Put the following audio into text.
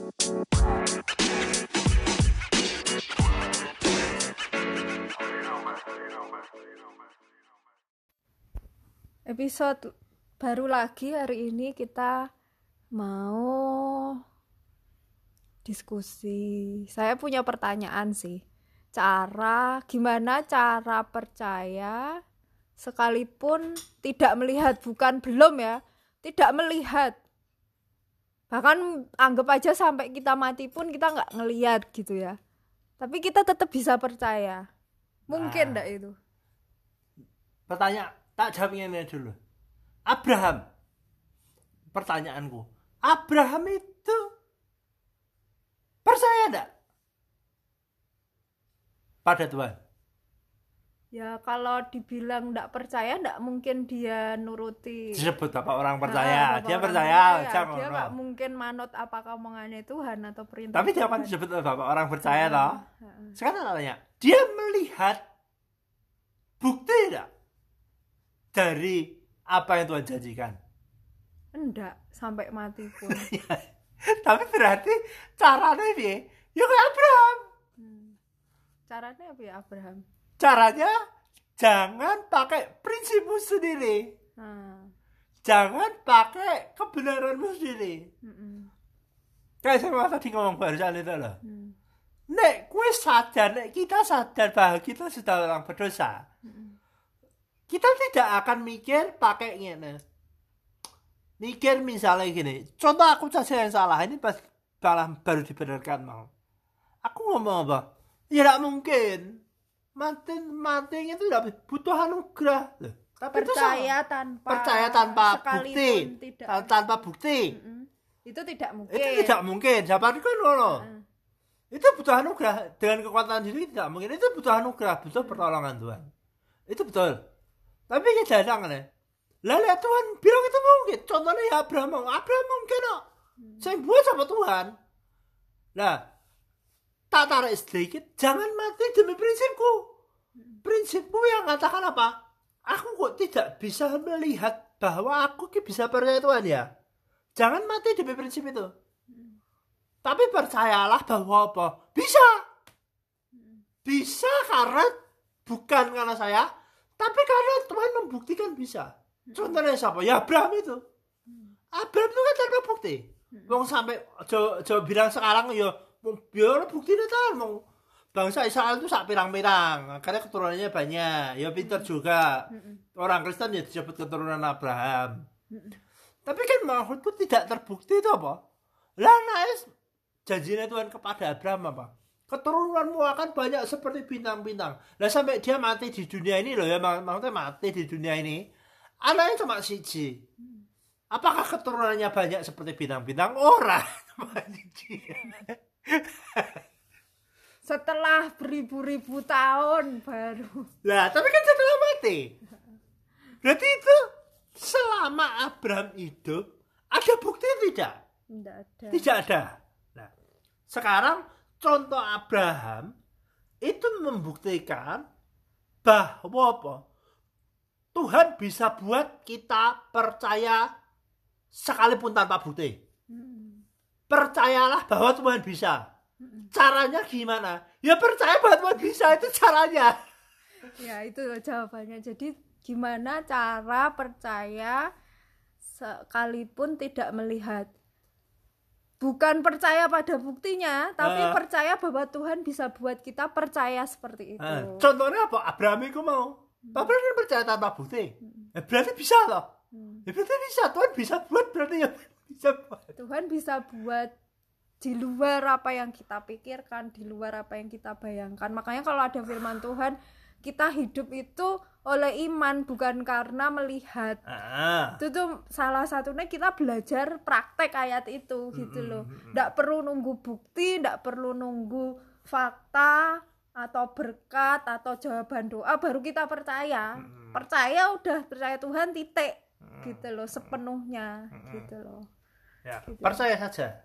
Episode baru lagi hari ini kita mau diskusi. Saya punya pertanyaan sih. Gimana cara percaya sekalipun tidak melihat, tidak melihat. Bahkan anggap aja sampai kita mati pun kita nggak ngelihat gitu ya. Tapi kita tetap bisa percaya. Mungkin enggak itu? Pertanyaan tak jawabnya ini dulu. Abraham. Pertanyaanku. Abraham itu percaya enggak pada Tuhan? Ya kalau dibilang enggak percaya, enggak mungkin dia nuruti. Disebut bapak orang percaya. Dia percaya. Dia enggak mungkin manut apa omongannya Tuhan atau perintah. Tapi dia kan disebut bapak orang percaya toh. Sekarang tanya, dia melihat bukti enggak dari apa yang Tuhan janjikan? Enggak, sampai mati pun. Tapi berarti caranya piye? Ya kayak Abraham. Caranya apa ya Abraham? Caranya jangan pakai prinsipmu sendiri. Jangan pakai kebenaranmu sendiri. Kayak saya tadi ngomong barusan itu loh. Nek kita sadar bahwa kita sudah orang berdosa. Kita tidak akan mikir pakai ngene. Mikir misalnya gini. Contoh aku saja yang salah. Ini pas baru dibenarkan mau. Aku ngomong apa? Ya tidak mungkin. Mati itu tidak butuh anugerah. Tapi percaya tanpa bukti. Tanpa bukti. Itu tidak mungkin. Itu tidak mungkin. Siapa itu kan ngono. Itu butuh anugerah. Dengan kekuatan diri tidak mungkin. Itu butuh anugerah. Butuh pertolongan Tuhan. Itu betul. Tapi kita jangan ya. Lalu Tuhan bilang itu mungkin. Contohnya ya Abraham mungkin kok. Saya buat sama Tuhan. Nah, tak tarik sedikit. Jangan mati demi prinsipku. Prinsipku yang mengatakan apa? Aku kok tidak bisa melihat bahwa aku bisa percaya Tuhan ya. Jangan mati demi prinsip itu. Tapi percayalah bahwa apa? Bisa karena bukan karena saya. Tapi karena Tuhan membuktikan bisa. Contohnya siapa? Ya Abraham itu. Abraham itu kan tanpa bukti. Wong sampai coba bilang sekarang ya bukti itu kan. Bangsa Israel itu sak pirang-pirang. Karena keturunannya banyak. Ya pintar juga. Orang Kristen ya disebut keturunan Abraham. Tapi kan maksudku tidak terbukti itu apa? Lah naes janjinya Tuhan kepada Abraham apa? Keturunanmu akan banyak seperti bintang-bintang. Lah sampai dia mati di dunia ini loh ya, maksudnya mati di dunia ini. Anaknya cuma siji. Apakah keturunannya banyak seperti bintang-bintang? Ora. Setelah beribu-ribu tahun baru. Lah, tapi kan setelah mati. Berarti itu selama Abraham hidup ada bukti tidak? Tidak ada. Nah, sekarang contoh Abraham itu membuktikan bahwa apa? Tuhan bisa buat kita percaya sekalipun tanpa bukti. Percayalah bahwa Tuhan bisa. Caranya gimana? Ya percaya bahwa Tuhan bisa, itu caranya. Ya itu jawabannya. Jadi gimana cara percaya sekalipun tidak melihat? Bukan percaya pada buktinya, tapi percaya bahwa Tuhan bisa buat kita percaya seperti itu. Contohnya apa? Abraham itu mau. Abraham kan percaya tanpa bukti. Berarti bisa loh. Berarti bisa. Tuhan bisa buat, berarti ya bisa buat. Tuhan bisa buat di luar apa yang kita pikirkan, di luar apa yang kita bayangkan. Makanya kalau ada firman Tuhan, kita hidup itu oleh iman, bukan karena melihat. Itu tuh salah satunya kita belajar praktek ayat itu gitu loh. Nggak perlu nunggu bukti, nggak perlu nunggu fakta atau berkat atau jawaban doa baru kita percaya. Percaya Tuhan titik gitu loh, sepenuhnya gitu loh. Ya, gitu. Percaya saja.